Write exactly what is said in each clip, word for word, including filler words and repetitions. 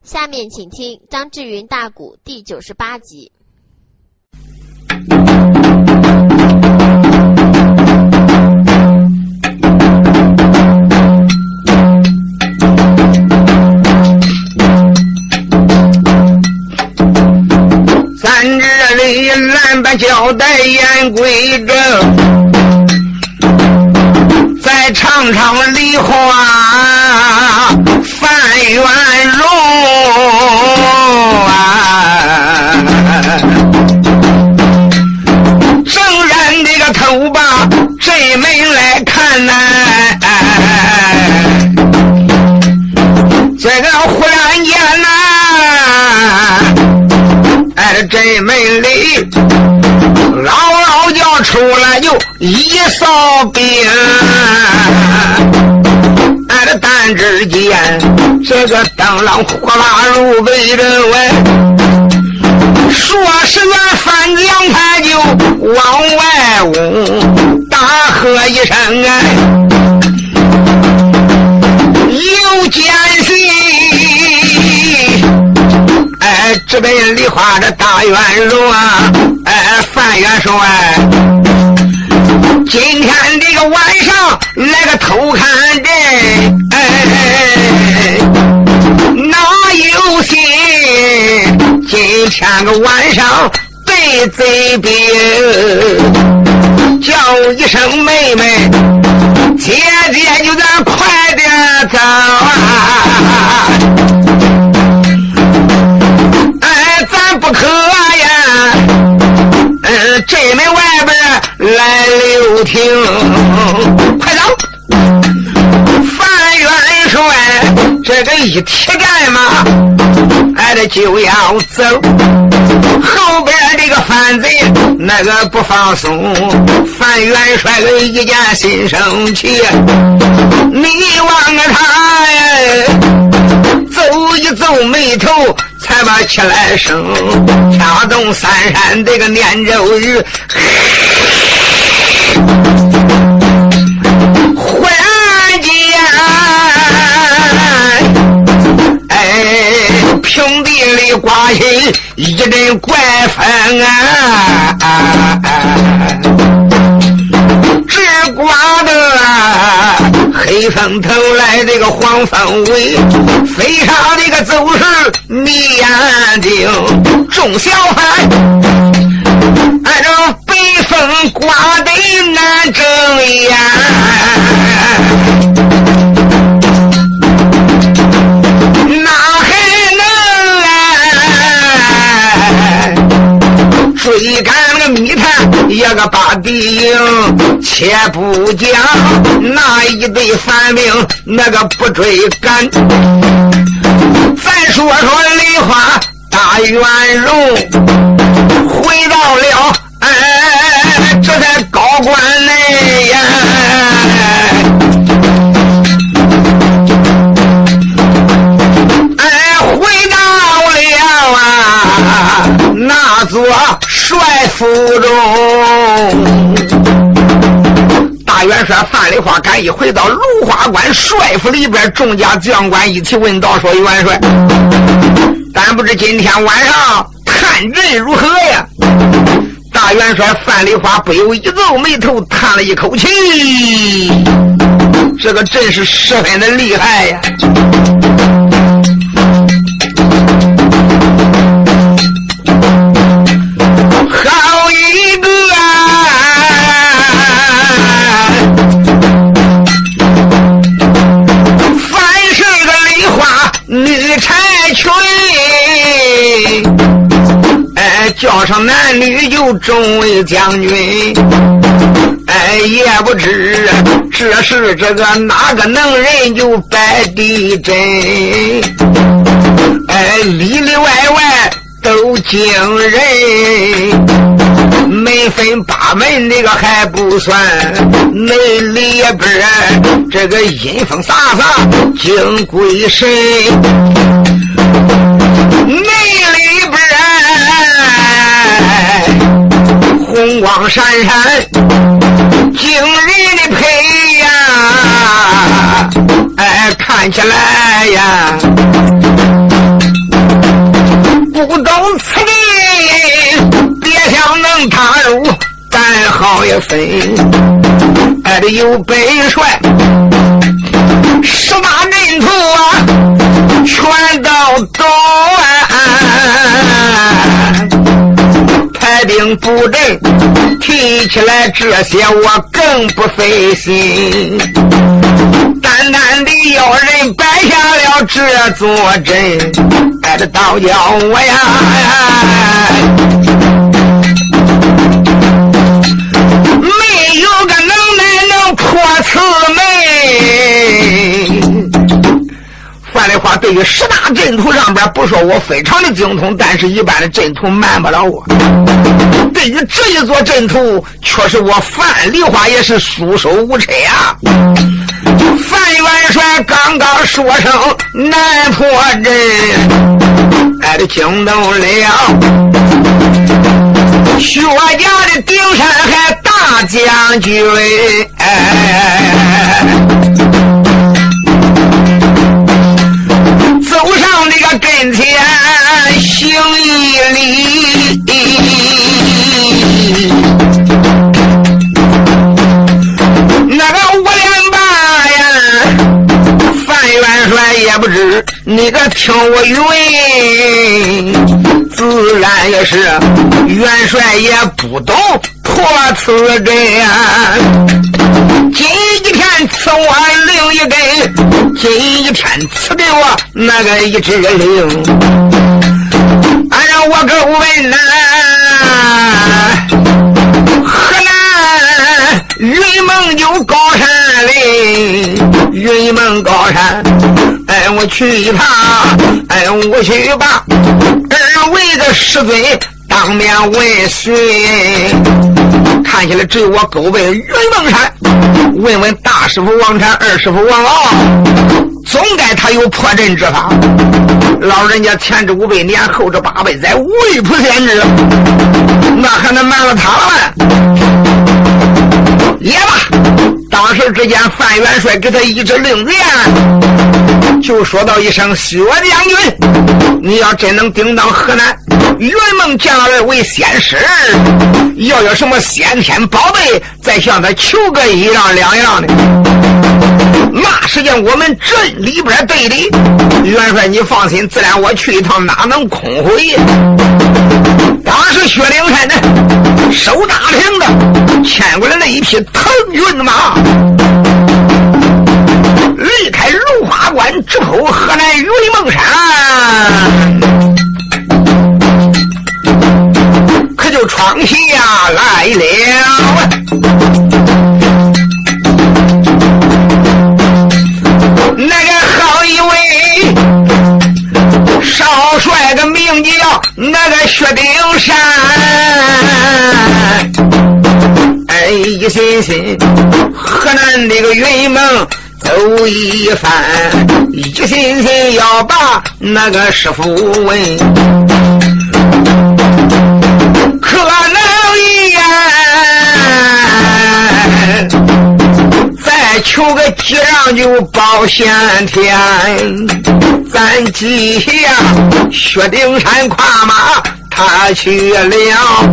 下面请听张志云大鼓第九十八集。 咱这里蓝把交代言归正，再唱唱梨花范元荣啊，正然这个头把这门来看呐、啊，这个忽然间呐、啊，哎，这门里嗷嗷叫出来就一扫兵，俺的单之间这个当啷呼啦入北人问，说是俺翻江派就往外舞，大喝一声哎，有奸细，哎，这边梨花的大元荣啊，哎，范元帅，今天这个晚上来个偷看的，哎，哪有心？今天个晚上被贼兵，叫一声妹妹，姐姐就咱快点走啊！哎，咱不可呀！嗯，这门外边来留停，快走！范元帅这个一提战马，哎，这就要走。后边这个反贼那个不放松，范元帅个一见心生气，你望着他呀，皱一皱眉头，才把起来声，掐动三山这个念咒语，忽然间，哎，平地里刮起一阵怪风啊！啊啊只刮的啊，黑风头来这个黄风尾，飞上这个走势迷眼睛，众小孩按照北风刮得难睁眼，哪还能啊追赶那个密探也个把敌营，且不讲那一对反兵那个不追赶，再说说梨花大元荣回到了哎，这在高官内呀，哎，回到了啊那座帅府中。大元帅范梨花赶一回到芦花关帅府里边，众家将官一起问道说：“元帅，但不知今天晚上探阵如何呀？”大元帅范梨花不由一皱眉头，叹了一口气：“这个阵是十分的厉害呀！”好一个女柴群，哎，叫上男女就众位将军，哎，也不知这是这个哪个能人就摆地阵，哎，里里外外都惊人，门分八门这个还不算，内里边这个阴风飒飒惊鬼神，内里边红光闪闪惊人的配呀，哎，看起来呀分，哎，这有本帅十大阵图啊，全都懂啊。排兵布阵提起来这些我更不费心，单单的有人摆下了这座阵，哎，这倒叫我呀没有个能耐能破此门。范丽花对于十大阵图上边不说我非常的精通，但是一般的阵图瞒不了我。对于这一座阵图，确实我范丽花也是束手无策啊。范元帅刚刚说声难破阵，哎，这惊动了薛家的顶山海大将军，哎，走上这个跟前行一礼，那个五连霸呀，范元帅也不知你个听我云，自然也是元帅也不懂破此阵呀。今一天赐我另一根，今一天赐给我那个一支令，按照我各问呐，河南云梦有高山嘞，云梦高山，哎，我去一趟，哎，我去吧，二位的师尊当面问询，看起来只有我狗背云梦山，问问大师傅王禅，二师傅王敖，总该他有破阵之法。老人家前知五百年，后知八百载，未卜先知，那还能瞒了他了吗？也罢，当时之间范元帅给他一支令箭，就说到一声薛将军，你要真能顶当河南云梦降二为仙师，要有什么先天宝贝，再向他求个一样两样的，那时间我们镇里边对的。元帅你放心，自然我去一趟哪能空回。当时薛灵山呢手打听的牵过来那一匹腾云马，离开如花关，直扑河南云梦山，可就闯下来了。那个好一位少帅的名叫那个薛丁山，哎，一心心河南这个云梦走一番，一心心要把那个师傅问，可能一眼再求个几让就保险天，咱记下薛丁山跨马他去了，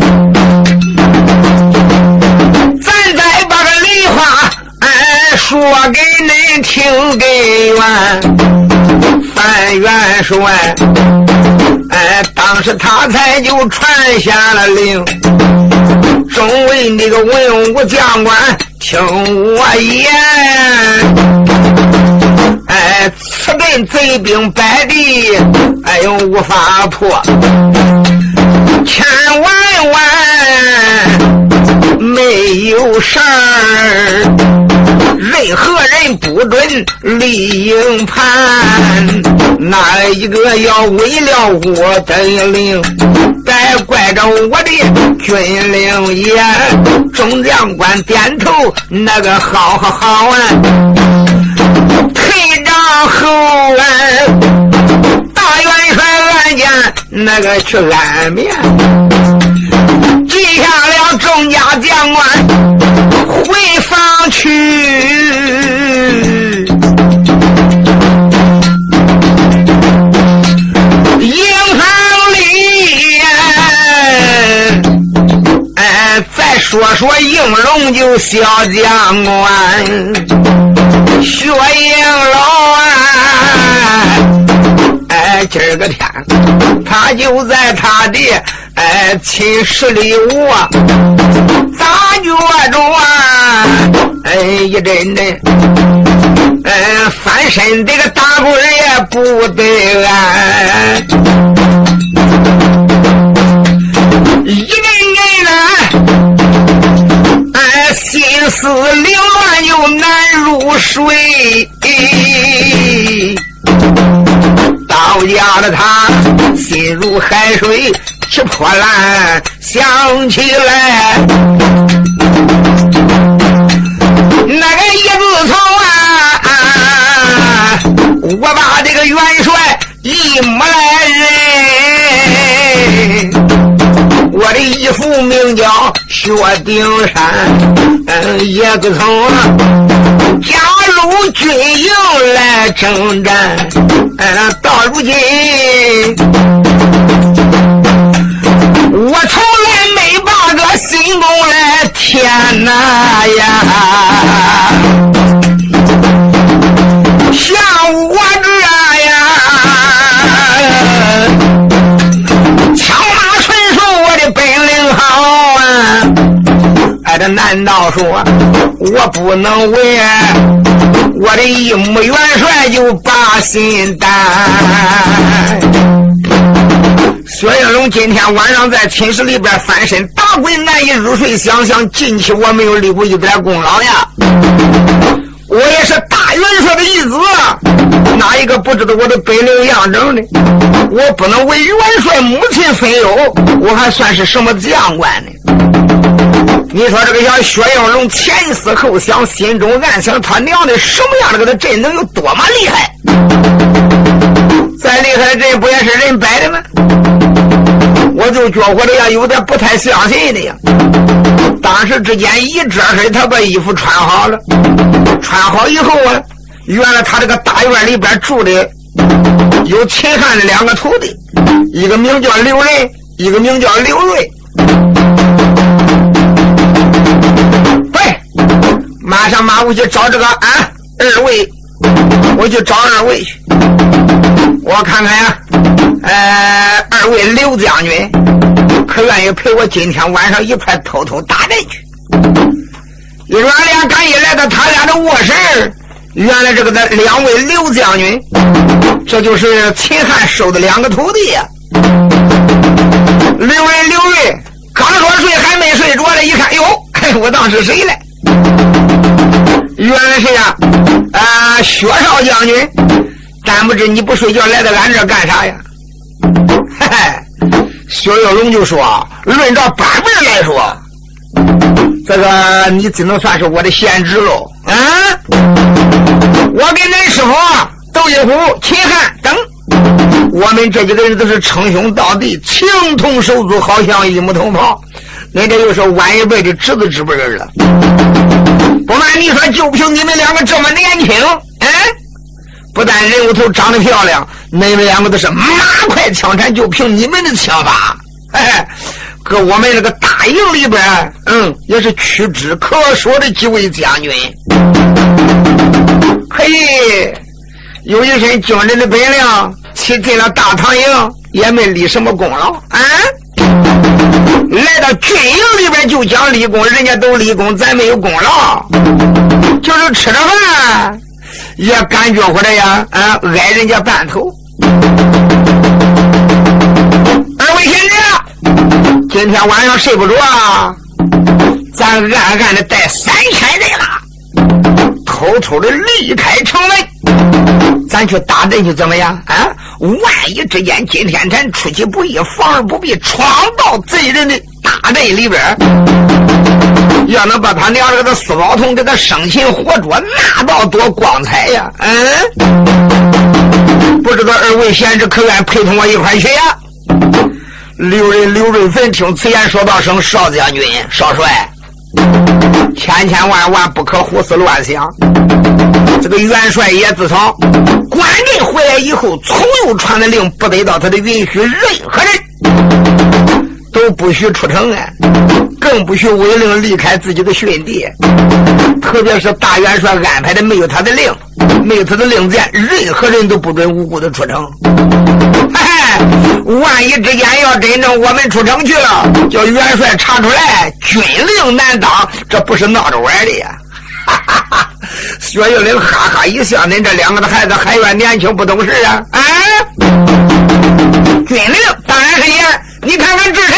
咱再把个梨花哎说给您听给完。范元帅哎，当时他才就传下了令，众位那个文武将官听我言，哎，此阵贼兵百里，哎呦无法破，千万万没有事儿，任何人不准立营盘，哪一个要违了我的令，该怪着我的军令言。众将官点头，那个好好好啊，退到后岸，大元帅案件那个去安眠，记下了众家将官回房去，营房里哎，再说说应龙就小将官薛应龙啊，哎，今儿个天他就在他的哎寝室里卧咋觉着啊，哎一阵阵哎翻身这个打滚也不得安，一阵阵的哎心思凌乱又难入睡，到家的他心如海水起波澜，想起来那个一字头啊，我把这个元帅一没来人，我的义父名叫薛丁山，嗯，一个头加入军营来征战，嗯，到如今我从来没把个心功来填哪呀，像我这样枪马纯熟我的本领好啊，哎，这难道说我不能为我的一母元帅就把心担？薛应龙今天晚上在寝室里边翻身打滚难以入睡，想想近期我没有立过一点功劳呀，我也是大元帅的义子，哪一个不知道我的本领样整呢？我不能为元帅母亲分忧，我还算是什么将官呢？你说这个小薛应龙前思后想，心中暗想他娘的什么样的个的阵能有多么厉害？再厉害的阵不也是人摆的吗？我就觉得呀有点不太相信的呀。当时之间一遮身，他把衣服穿好了，穿好以后啊，原来他这个大院里边住的有秦汉的两个徒弟，一个名叫刘仁，一个名叫刘瑞。对，马上马我去找这个啊二位，我去找二位去，我看看呀，呃，二位刘将军可愿意陪我今天晚上一块偷偷打阵去？一转脸赶一来到他俩的卧室，原来这个的两位刘将军，这就是秦汉收的两个徒弟呀、啊。刘仁刘瑞刚说睡还没睡着了，一看哟，我当是谁来？原来是呀，啊、呃，薛少将军，但不知你不睡觉来到俺这干啥呀？嘿嘿，薛应龙就说，论照八辈来说，这个你只能算是我的贤侄喽。啊，我跟恁师傅窦一虎、秦汉等，我们这几个人都是称兄道弟，情同手足，好像一母同胞。恁这又是晚一辈的侄子侄辈人了。不瞒你说，就凭你们两个这么年轻，哎，不但人物头长得漂亮，你们两个都是马快枪铲，就凭你们的枪法，哎，搁我们这个大营里边，嗯，也是屈指可数的几位将军。可以有一身军人的本领，去进了大唐营，也没立什么功劳啊。来到军营里边就讲立功，人家都立功，咱没有功劳，就是吃着饭也感觉回来呀，啊，挨人家半头。二位贤者，今天晚上睡不着啊，咱暗暗的带三千人了，偷偷的离开城门，咱去打阵去怎么样啊？万一之间今天咱出其不意，防而不备，闯到贼人的大阵里边，要能把他娘这个四宝通给他生擒活捉，那倒多光彩呀！嗯，不知道二位贤侄可愿陪同我一块去呀？刘仁刘瑞芬听此言说道声：“少将军、少帅，千千万万不可胡思乱想。这个元帅爷自从关内回来以后，从有传的令，不得到他的允许，任何人都不许出城啊！ 更不许违令离开自己的训地。特别是大元帅安排的没有他的令，没有他的令箭，任何人都不准无故的出城。哎，万一之间要真正我们出城去了，叫元帅查出来，军令难当，这不是闹着玩的呀！哈哈哈！薛玉玲哈哈一笑，恁这两个的孩子还怨年轻不懂事啊！啊，军令当然是你，你看看治谁？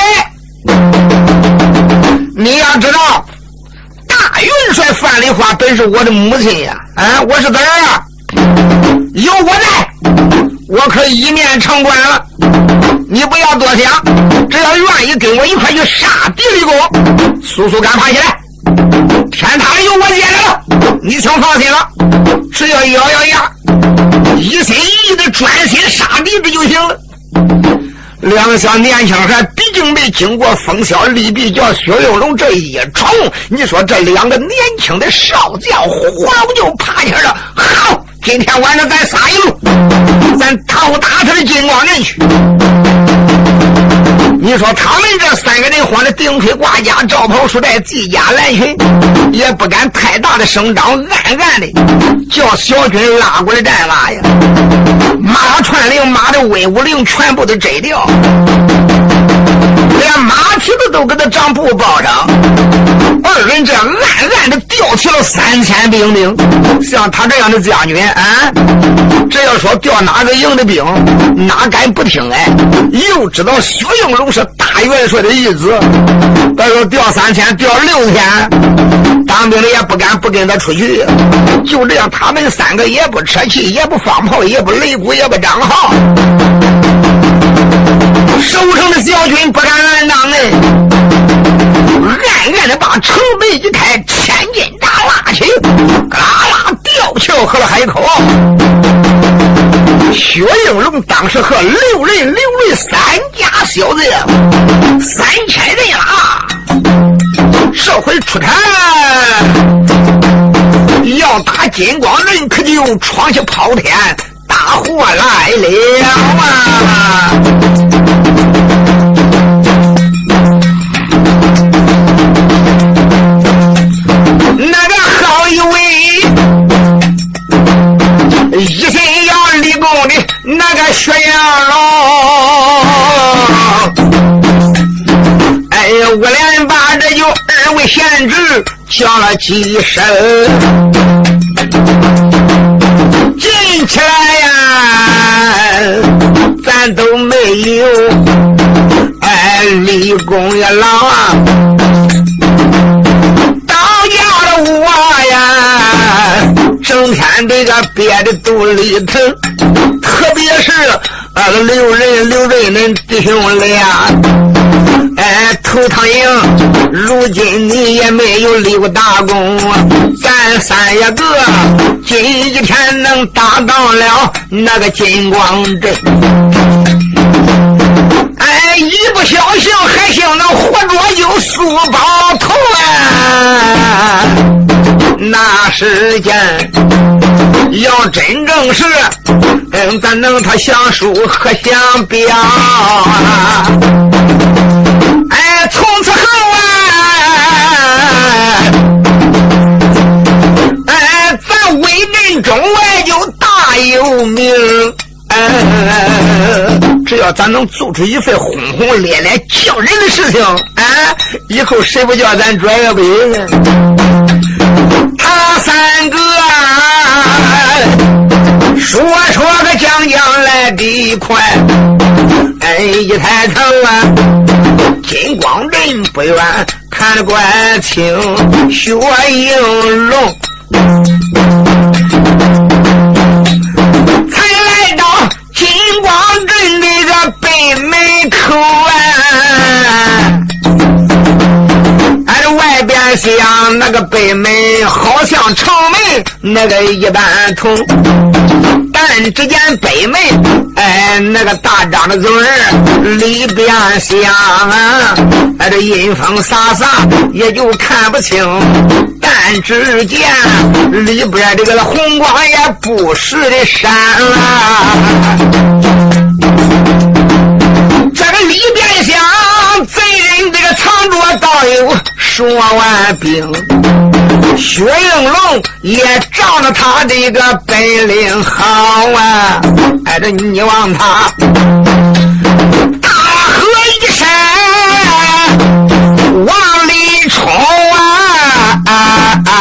你要知道，大元帅范丽花本是我的母亲呀！啊，我是子儿啊，有我在，我可以一面城关了。你不要多想，只要愿意跟我一块去杀敌立功，速速赶爬起来。天塌有我接着了，你请放心了，只要咬咬牙，一心一意的专心杀敌这就行了。两个小年轻孩毕竟没经过风萧利弊，叫薛永龙这一冲，你说这两个年轻的少将晃就爬起来了。好，今天晚上咱杀一路，咱讨打他的金光人去。你说他们这三个人慌得顶盔挂甲，罩袍束带，系甲蓝裙，也不敢太大的声张，暗暗的叫小军拉过来战马呀。马传令，马的威武令全部都摘掉，连马蹄子都给他长布包上。二人这暗暗的调起了三千兵丁。像他这样的将军啊，只要说调哪个营的兵，哪敢不听哎？又知道薛应龙是大元帅的义子，他说调三千调六千，当兵的也不敢不跟他出去。就这样，他们三个也不扯气，也不放炮，也不擂鼓，也不张号，守城的小军不敢拦挡哎，暗暗的把城门一开，千斤大拉起，嘎啦吊桥喝了海口。薛应龙当时和六人刘瑞三家小子三千人啊，这回出战要打金光人，可就闯下炮天，大祸来了啊！那个好一位一心要立功的那个薛应龙，哎呀，我连把这就二位贤侄叫了几声，进起来呀，咱都没有哎立功呀老啊，到家了我呀，整天这个憋着肚里疼，特别是呃刘人刘人恁弟兄俩，哎头堂营如今你也没有立过大功，咱三爷个今一天能打到了那个金光镇，哎一不小心还幸能活着就苏宝头啊，那时间要真正是嗯咱能他相书和相标啊，哎从此后啊哎咱威震中外就大有名，哎只要咱能做出一份轰轰烈烈叫人的事情啊，以后谁不叫咱转也不行呢？他三个说说个将将来得快，哎一抬头啊，金光人不远看得怪清，薛应龙才来到金光镇这个北门口啊，哎外边像那个北门好像城门那个一般通，但只见北门哎那个大张的嘴儿里边像啊哎这阴风飒飒也就看不清，但只见里边这个红光也不时的闪啊，这个里边像贼人这个藏着倒有说完兵，薛应龙也仗着他这个本领好啊！哎，这你望他大河一声往里冲啊！啊啊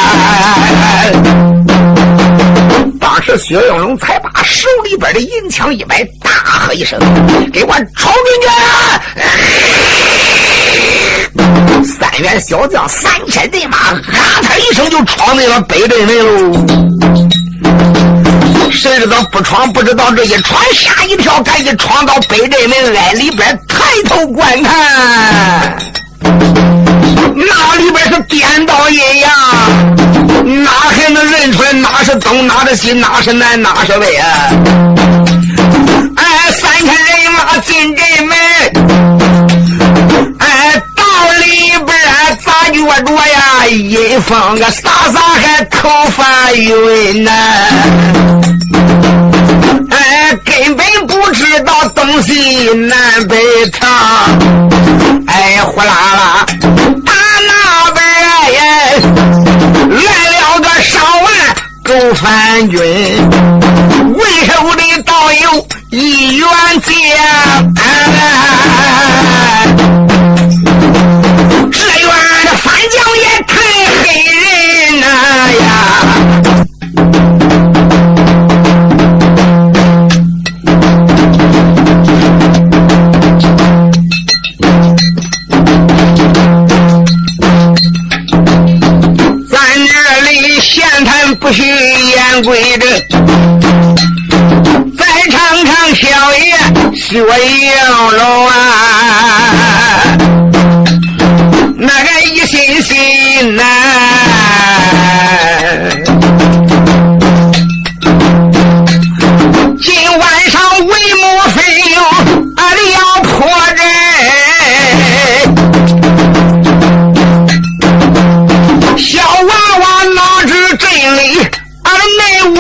当时薛应龙才把手里边的银枪一摆，大喝一声：“给我冲进去！”三员小将三车人马，啊他一声就闯进了北镇门喽。谁知道不闯不知道，这一闯吓一跳，赶紧闯到北镇门来里边，抬头观看，那里边是颠倒阴阳，哪还能认出来哪是东哪是西哪是南哪是北啊？哎，三车人马进镇门，哎，到里边咋觉着呀？阴风个飒飒还口发晕呐！哎，根本不知道东西南北长。哎，呼啦啦，打那边哎来了个上万狗番军，为首的道友一员将。哎这员的反将也太黑人了呀！咱这里闲谈不许言归正，再唱唱小爷薛应龙啊！那个一心心呐，今晚上为母费用，俺的要破阵，小娃娃哪知真理，俺没为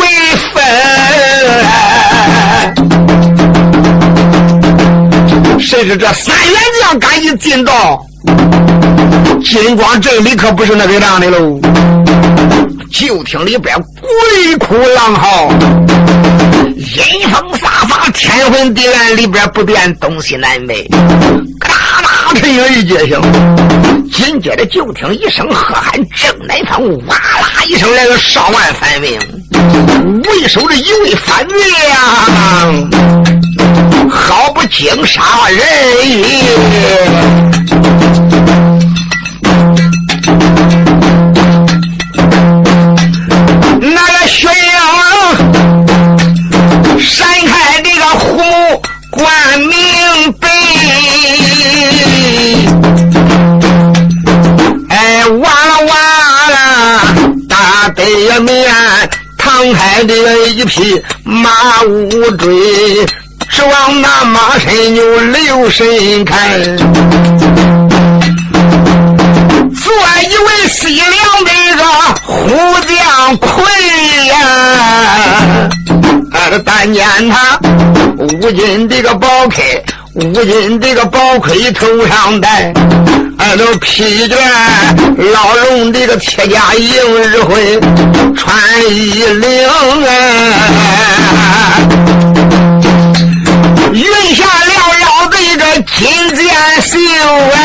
分。谁知这三员将赶紧进到金光镇里，可不是那个样的喽。就听里边鬼哭狼嚎，阴风飒飒，天昏地暗，里边不变东西南北，嘎啦沉影一接响。紧接着就听一声喝喊，正南方哇啦一声来个上万反兵，为首的一位反将，好不惊杀人也。那个薛应闪开这个虎目观明北，哎，哇啦哇啦，大北面唐开这个一匹马无追，指望那马身就留神看。做一位西凉这个虎将魁呀，俺的但见他五斤这个宝铠，五斤这个宝盔头上戴，俺都披着老龙这个铁甲迎日会，穿衣领啊，云下缭绕的一个金剑袖啊，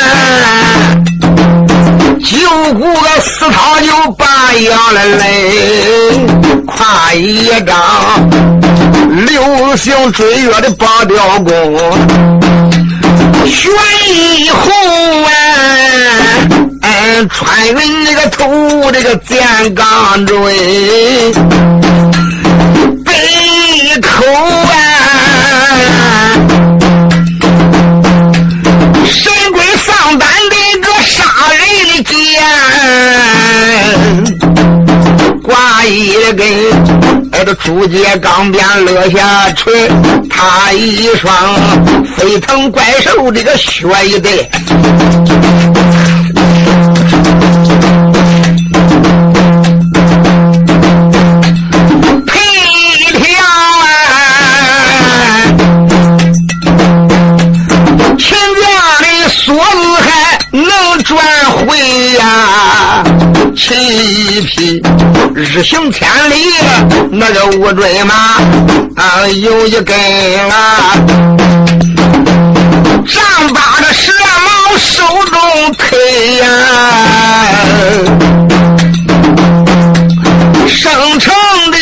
九股个四套就把腰来嘞，挎一张流星追月的八雕弓，悬一红啊，嗯，穿云那个头这个剑钢锥，背口啊，神鬼丧胆的一个杀人的剑，挂一根哎这竹节钢鞭落下垂，他一双飞腾怪兽这个血一对，配条啊，秦家的锁子还能转回七匹，日行千里，那个乌骓马啊有一根啊，丈八的蛇矛手中推呀、啊，生成的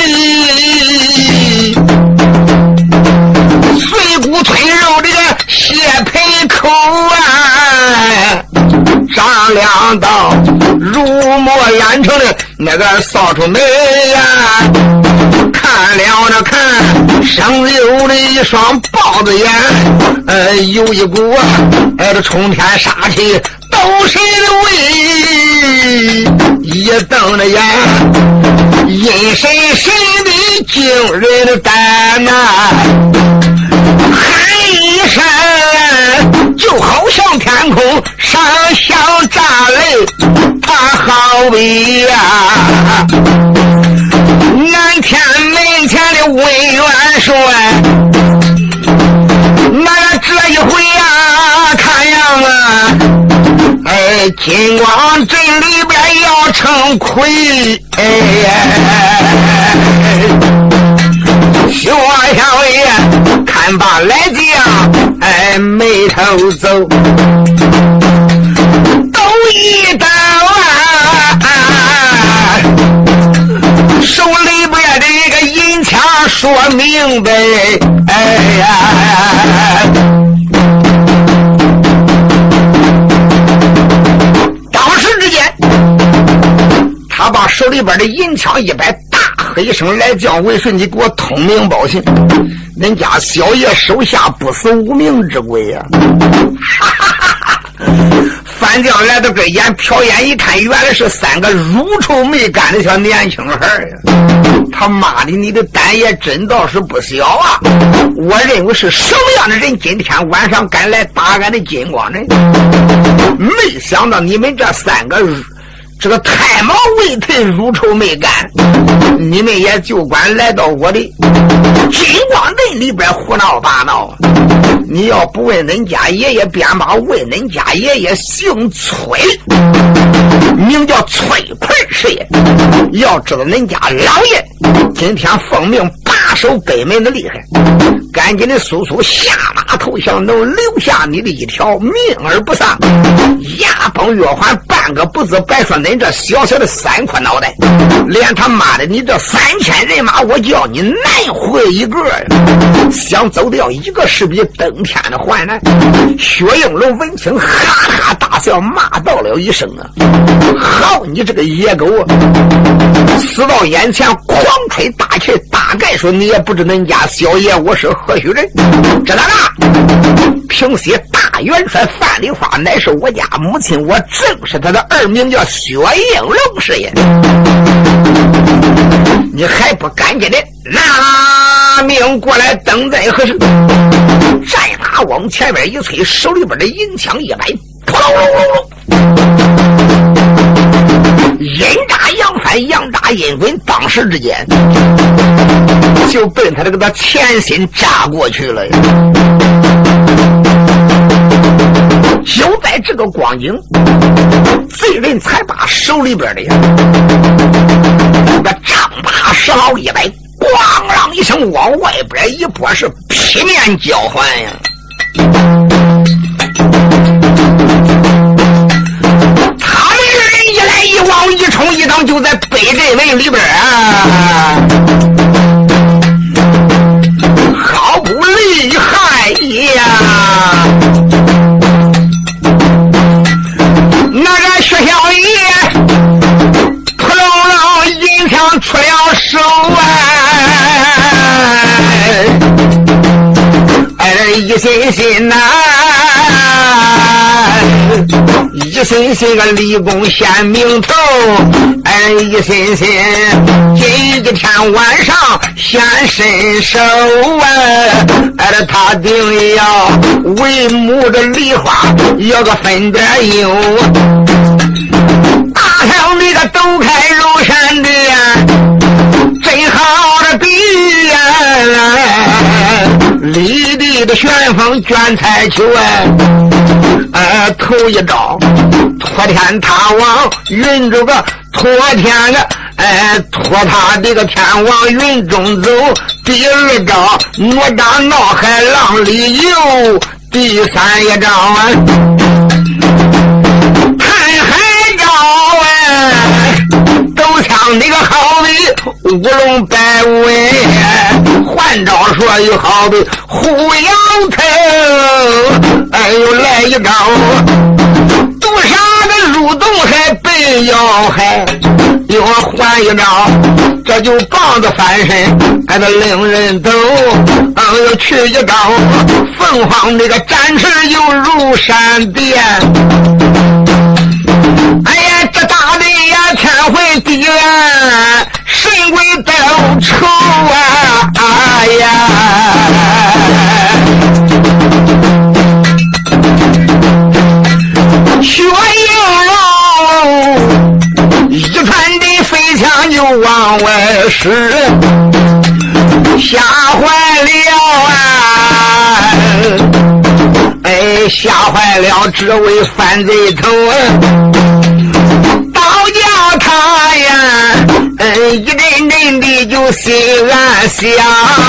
碎骨腿肉这个血盆口啊，张两道如墨染成的那个扫帚眉呀、啊，看了那看生有的一双豹子眼，呃，有一股呃这冲天杀气斗谁的威，一瞪着眼阴神神的惊人的胆呐、啊，喊一声就好像天空上响炸雷，他好比呀、啊、南天门前的文元帅，那这一回呀、啊、看样啊，哎，金光镇里边要成亏，哎，薛小爷看罢来将，哎，眉头皱，都一刀啊，手里边的一个银枪说明白，哎呀，当时之间，他把手里边的银枪一摆，大喝一声：“来将魏顺，你给我通名报信！人家小爷手下不死无名之鬼呀、啊！”哈哈哈哈！范将来到这眼瞟眼一看，原来是三个乳臭没干的小年轻孩呀！他妈的，你的胆也真倒是不小啊！我认为是什么样的人今天晚上敢来打俺的金光人？没想到你们这三个这个太毛未退，乳臭没干，你们也就管来到我的金光镇里边胡闹八闹。你要不问恁家爷爷便罢，问恁家爷爷姓崔，名叫崔奎师爷。要知道恁家老爷今天奉命把守北门的厉害，赶紧的速速下马投降，能留下你的一条命而不丧。牙崩月环，半个不字白说恁这小小的三块脑袋，连他妈的你这三千人马，我叫你难回一个。想走掉一个是比登天的还难。薛应龙闻听哈哈大笑，骂道了一声啊，好你这个野狗啊，死到眼前狂吹大气，大概说你也不知恁家小爷我是何许人。知道了，平西大元帅范丽花乃是我家母亲，我正是他的儿，名叫薛应龙师爷。你还不赶紧的拿命过来，等待何时？战马往前面一催，手里边的银枪一摆，扑隆隆隆隆，阴炸阳翻，阳炸阴滚，当时之间就被他这个他前心扎过去了呀。就在这个光景，贼人才把手里边的呀那丈八蛇矛一摆，咣啷一声往外边一拨，是劈面交换呀。他们人一来一往，一冲一挡，就在北镇门里边啊，好不厉害呀！那个薛小爷扑隆隆银枪出了手啊，哎，一心心呐、啊，一心心个立功显名头，哎，一心心今一天晚上显身手啊，哎，他定要为母的梨花要个分点油，大条那个抖开肉山的呀，真好的比呀，离地的旋风卷彩球啊，呃，头一招托天他往云这个托天的哎，托他这个天往云中走。第二招哪吒闹海浪里游。第三一招啊，探海招啊，斗枪那个好比乌龙摆尾，换招说又好比虎摇头。哎呦，来一招毒杀的入洞海被要害，又换一招，这就棒子翻身，还得令人抖。嗯，又去一招，凤凰这个展翅又如闪电。哎呀，这打的呀，天回地暗，神鬼都愁啊！哎呀，血影龙一传的飞枪就往外使，吓坏了啊！哎，吓坏了这位犯罪头，倒叫他呀，嗯，一阵阵的就心暗想，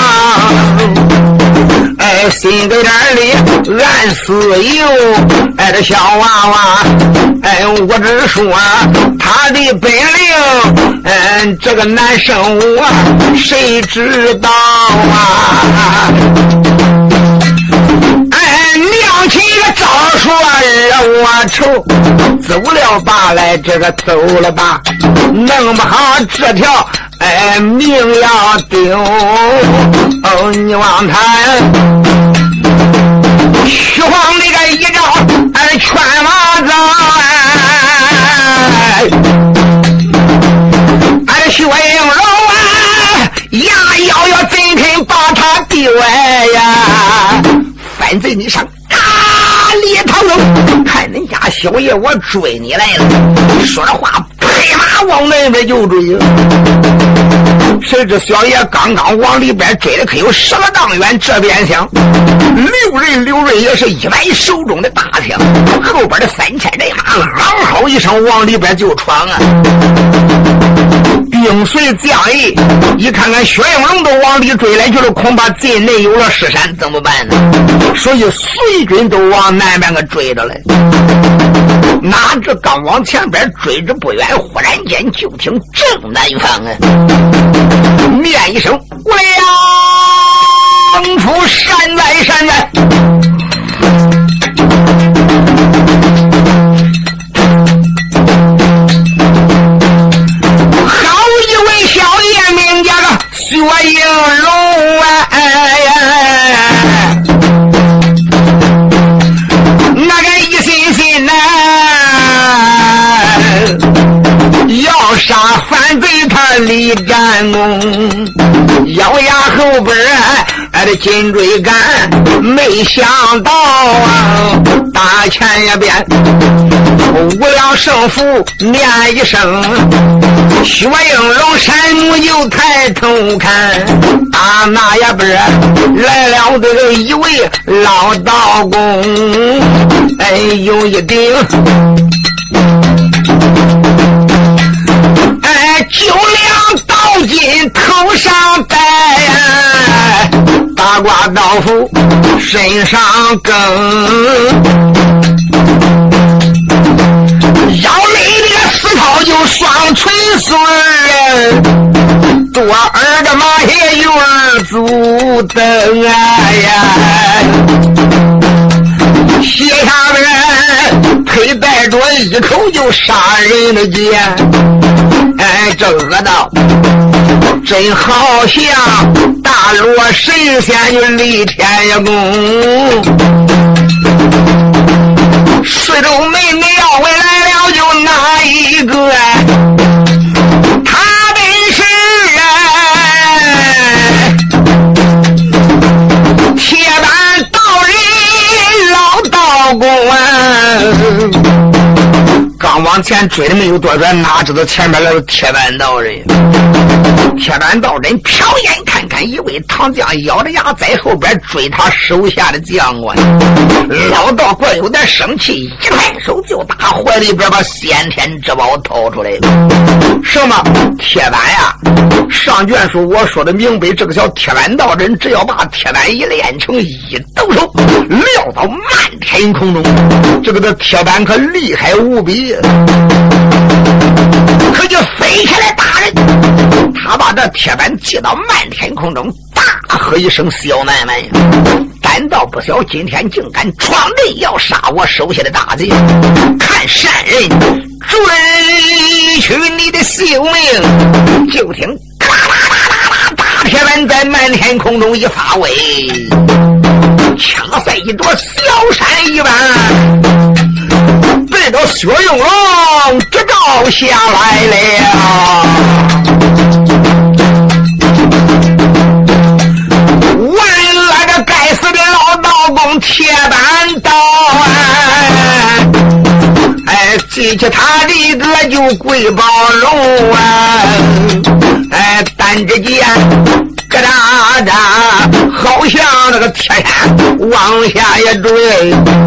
哎，心搁点里暗自由。哎，这小娃娃，哎，我只说他的本领，嗯，这个男生啊，谁知道啊？哎，亮起个招说让我愁，走了吧来，这个走了吧，弄不好这条哎命要丢。哦，你望他虚晃那个一招，哎，圈娃子，哎，薛应龙啊，呀，要要怎肯把他丢哎呀？反贼你上啊！李唐龙，看人家小爷我追你来了，说着话拍马往那边就追了。谁知小爷刚刚往里边追了可有十个丈远，这边想刘仁刘瑞也是一摆手中的大枪，后边的三千人马啷吼一声往里边就闯啊！兵随将役，一看看薛应龙都往里追来，就是恐怕境内有了失闪，怎么办呢？所以随军都往南边个追着来。哪知刚往前边追着不远，忽然间就听正南方啊，面一声两府山在山在。薛应龙啊，那个一心心呐，要杀反贼他李占公，咬牙后边还得紧追赶，没想到啊，大前一边无了胜负念一声，薛应龙山木又抬头看，啊那一边来了这个一位老道公，哎有一顶哎九两刀金头上戴啊，八卦刀斧身上更，腰里这个丝绦就双垂穗儿，多儿的马也有儿足蹬啊呀，斜下边佩戴着一口就杀人的剑，哎，这恶道真好像大罗神仙就立天也功，水州妹妹要回来了就哪一个他本是铁板道人老道公啊，刚往往前追的没有多远，哪知道前面来了铁板道人。铁板道人瞟眼看看，以为唐将咬着牙在后边追他手下的将官。老道官有点生气，一抬手就打怀里边把先天之宝掏出来了。什么铁板呀？上卷书我说的明白，这个小铁板道人只要把铁板一练成一抖手，撂到漫天空中，这个的铁板可厉害无比，可就飞起来打人。他把这铁板击到漫天空中，大喝一声：“小奶奶！胆道不小，今天竟敢闯阵要杀我手下的大贼！看善人追取你的性命！”就听咔啦啦啦啦，大铁板在漫天空中一发威，掐在一朵小山一般，被这薛永龙给照下来了。完了，这该死的老道公铁板刀啊！哎，记起他的一个就鬼宝龙啊！哎，单只剑咯哒哒，好像那个铁山往下也追，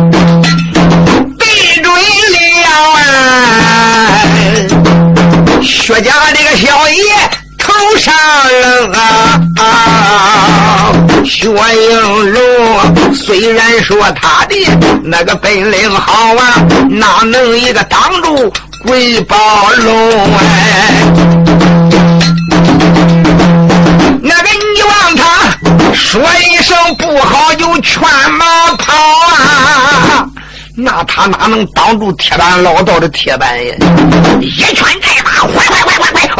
被追了啊！薛家这个小爷头上了啊！啊薛应龙虽然说他的那个本领好啊，哪能一个挡住鬼宝龙哎？那个你望他说一声不好就全马跑啊，那他哪能挡住铁板老道的铁板呀？一拳带马，快快快快快！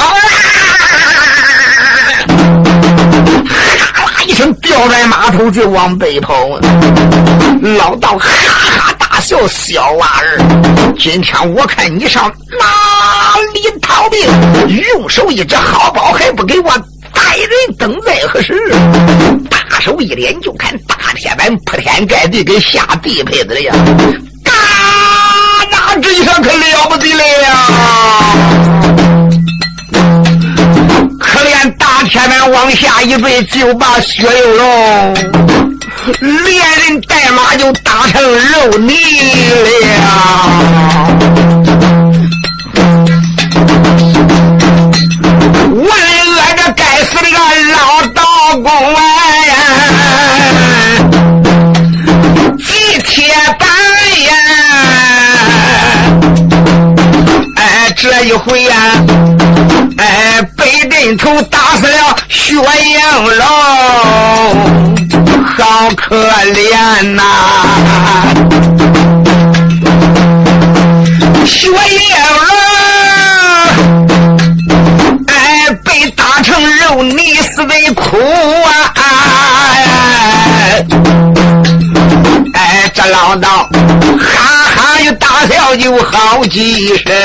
哈啦一声掉在马头就往北跑。老道哈哈大笑：“小娃儿，今天我看你上哪里逃命？用手一指好宝，还不给我带人等在何时？”大手一连就看大铁板铺天盖地给下地配子了呀！嘎，那这一声可了不得了呀！可怜大铁板往下一坠，就把薛有龙连人带马就打成肉泥了。为了这该死的个老道公哎，击铁板呀！哎，这一回呀、啊，哎，被人头打死了薛应龙，好可怜呐、啊！薛应龙，哎，被打成肉泥，死得苦啊！哎，这老道哈哈又大笑就好几声。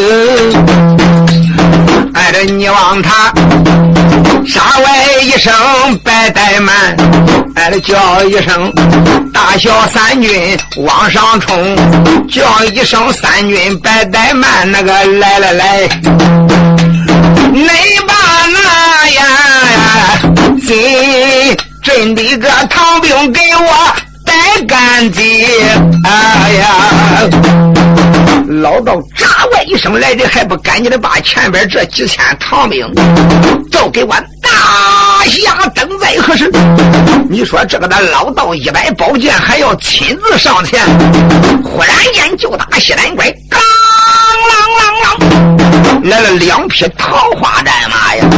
哎，这你望他杀外一声白怠慢，哎，这叫一声大小三军往上冲，叫一声三军白怠慢，那个来来来，你把那呀金真的个唐兵给我带干净！哎呀，老道喳外一声来的，还不赶紧的把前边这几千唐兵都给我大下等在何时？你说这个的老道一摆宝剑还要亲自上前，忽然间就打西南拐，当啷啷啷来了两匹桃花战马呀！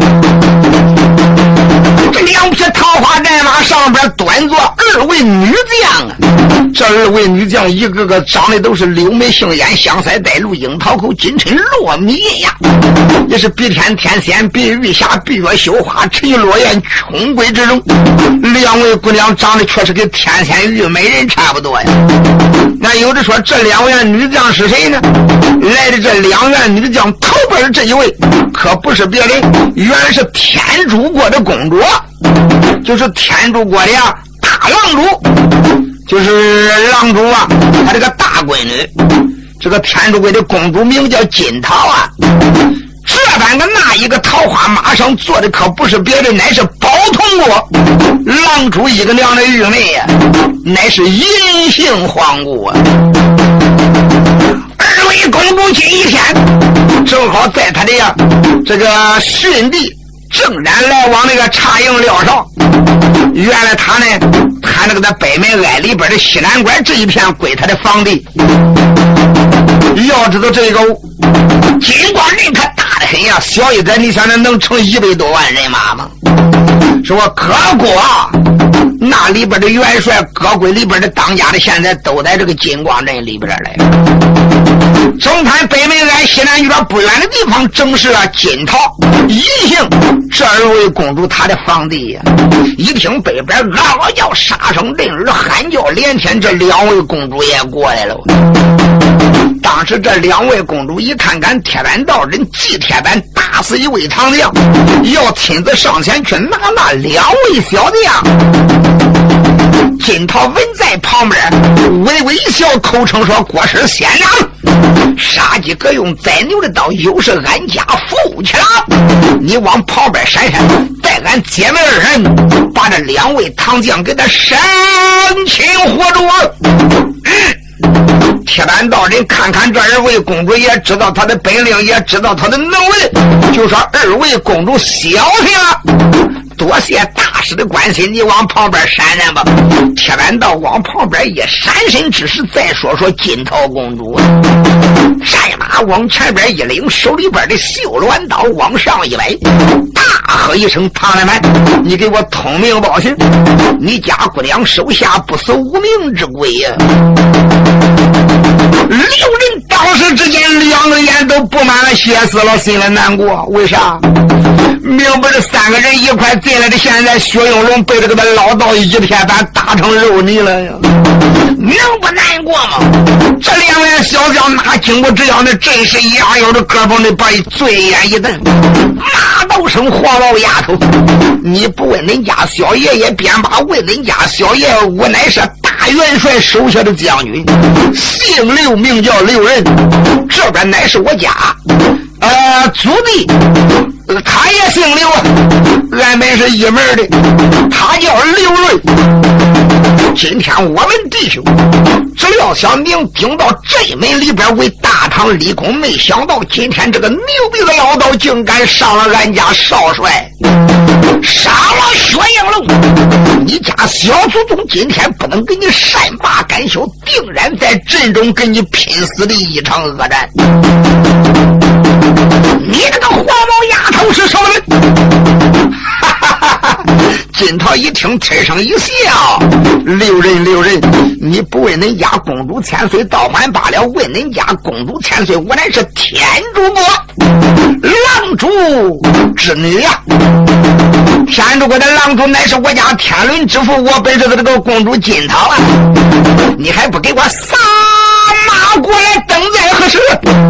这两匹桃花战马上边端坐二位女将啊，这二位女将一个个长得都是柳眉杏眼，香腮带露，樱桃口，金唇落迷呀，也是比天天仙，比玉霞，比月羞花，沉鱼落雁，穷贵之中。两位姑娘长得确实跟天仙玉美人差不多呀。那有的说这两位女将是谁呢？来的这两位女将头边这一位可不是别人，原来是天竺国的公主，就是天竺国的呀大郎主，就是郎主啊，他这个大闺女这个天竺国的公主名叫金桃啊。这般个那一个桃花马上坐的可不是别人，乃是包通国狼主一个娘的玉妹呀、啊，乃是银杏皇姑啊。二位公主今一天正好在他的呀这个训地正然来往那个茶营料上，原来他呢他那个在北门挨里边的西南关这一片归他的房地。要知道这个金光人可大得很呀，小一点你想想能成一百多万人马吗？是我各国啊那里边的元帅各国里边的当家的现在都在这个金光镇里边来。正谈北门挨西南边不远的地方正是啊金桃银杏这二位公主她的房地呀、啊。一听北边嗷嗷叫杀声震耳喊叫连天，这两位公主也过来了。当时这两位公主一看看铁板道人祭铁板打死一位唐将，要亲自上前去拿那两位小将。金桃文在旁边微微一笑，口称说：“国师先生，杀鸡各用宰牛的刀，又是俺家富去了。你往旁边闪闪，带俺姐妹二人把这两位唐将给他生擒活捉。”嗯，铁板道人看看这二位公主，也知道他的本领，也知道他的能力，就说：“二位公主消停了。多谢大师的关心，你往旁边闪闪吧。”铁板道往旁边一闪身之时，再说说金桃公主，战马往前边一领，手里边的绣鸾刀往上一摆，大喝一声：“唐来满，你给我通名报信，你家姑娘手下不死无名之鬼呀！”六人当时之间两个眼都布满了血丝了，心里难过。为啥？明不是三个人一块进来的，现在薛永龙被这个老道一片板打成肉泥了呀，能不难过吗？这两位小将哪经过这样的阵势，一样有着胳膊的把醉眼一瞪，骂道声：“黄老丫头，你不问恁家小爷爷，便把问恁家小爷我乃是大元帅手下的将军，姓刘，名叫刘仁，这边乃是我家呃祖弟，他也姓刘啊，俺们是一门的，他叫刘瑞。今天我们弟兄只要想明顶到这门里边为大唐立功，没想到今天这个牛逼的老道竟敢上了俺家少帅，杀了薛应龙。你家小祖宗今天不能给你善罢甘休，定然在阵中跟你拼死的一场恶战。你这个黄毛丫头是什么人？哈哈哈哈！金桃一听，吹声一笑：“六人六人，你不问恁家公主千岁倒还罢了，问恁家公主千岁，我乃是天竺国狼主之女呀、啊！天竺国的狼主乃是我家天伦之父，我本是的这个公主金桃啊！你还不给我撒马过来，等在何时？”